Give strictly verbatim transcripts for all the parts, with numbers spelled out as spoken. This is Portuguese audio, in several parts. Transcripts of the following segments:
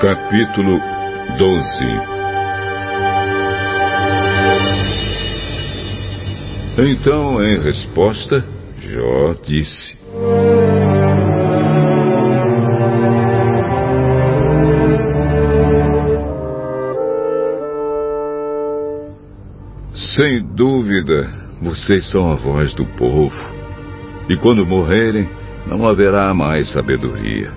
Capítulo doze. Então, em resposta, Jó disse: Sem dúvida, vocês são a voz do povo, e quando morrerem, não haverá mais sabedoria.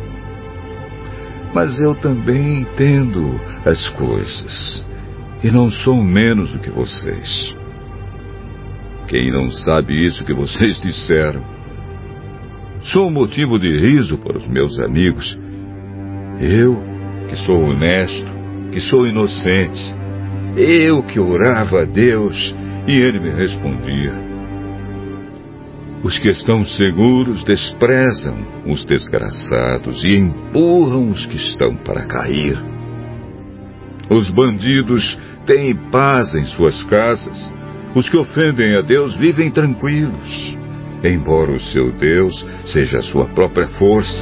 Mas eu também entendo as coisas, e não sou menos do que vocês. Quem não sabe isso que vocês disseram? Sou motivo de riso para os meus amigos. Eu, que sou honesto, que sou inocente, eu que orava a Deus e Ele me respondia. Os que estão seguros desprezam os desgraçados e empurram os que estão para cair. Os bandidos têm paz em suas casas. Os que ofendem a Deus vivem tranquilos, embora o seu Deus seja a sua própria força.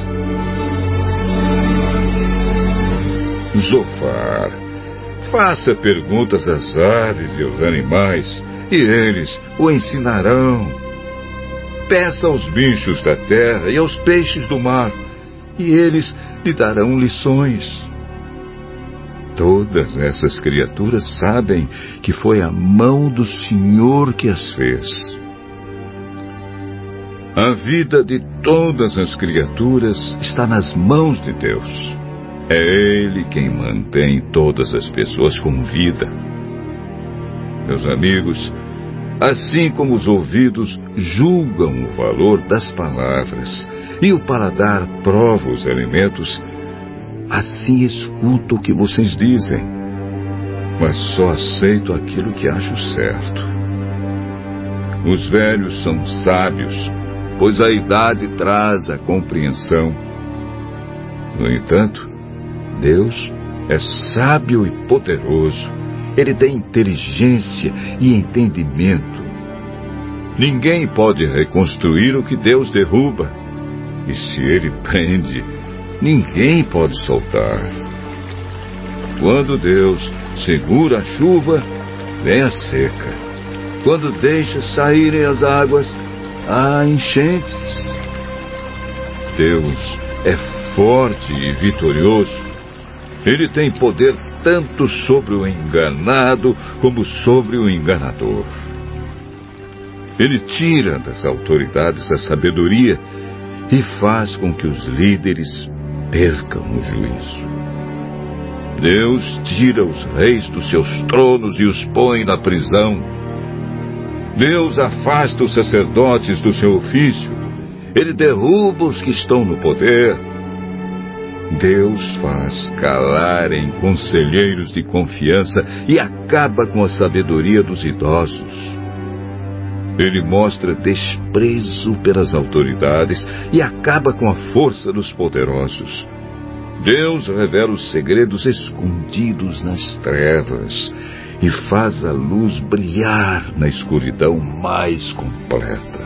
Zofar, faça perguntas às aves e aos animais, e eles o ensinarão. Peça aos bichos da terra e aos peixes do mar, e eles lhe darão lições. Todas essas criaturas sabem que foi a mão do Senhor que as fez. A vida de todas as criaturas está nas mãos de Deus. É Ele quem mantém todas as pessoas com vida. Meus amigos, assim como os ouvidos julgam o valor das palavras e o paladar prova os alimentos, assim escuto o que vocês dizem, mas só aceito aquilo que acho certo. Os velhos são sábios, pois a idade traz a compreensão. No entanto, Deus é sábio e poderoso. Ele tem inteligência e entendimento. Ninguém pode reconstruir o que Deus derruba. E se Ele prende, ninguém pode soltar. Quando Deus segura a chuva, vem a seca. Quando deixa saírem as águas, há enchentes. Deus é forte e vitorioso. Ele tem poder tanto sobre o enganado como sobre o enganador. Ele tira das autoridades a sabedoria e faz com que os líderes percam o juízo. Deus tira os reis dos seus tronos e os põe na prisão. Deus afasta os sacerdotes do seu ofício. Ele derruba os que estão no poder. Deus faz calarem conselheiros de confiança e acaba com a sabedoria dos idosos. Ele mostra desprezo pelas autoridades e acaba com a força dos poderosos. Deus revela os segredos escondidos nas trevas e faz a luz brilhar na escuridão mais completa.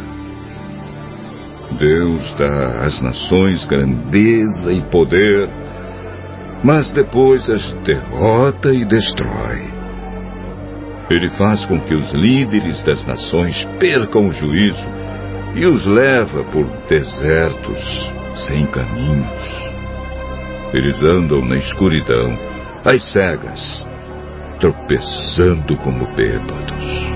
Deus dá às nações grandeza e poder, mas depois as derrota e destrói. Ele faz com que os líderes das nações percam o juízo e os leva por desertos sem caminhos. Eles andam na escuridão, às cegas, tropeçando como bêbados.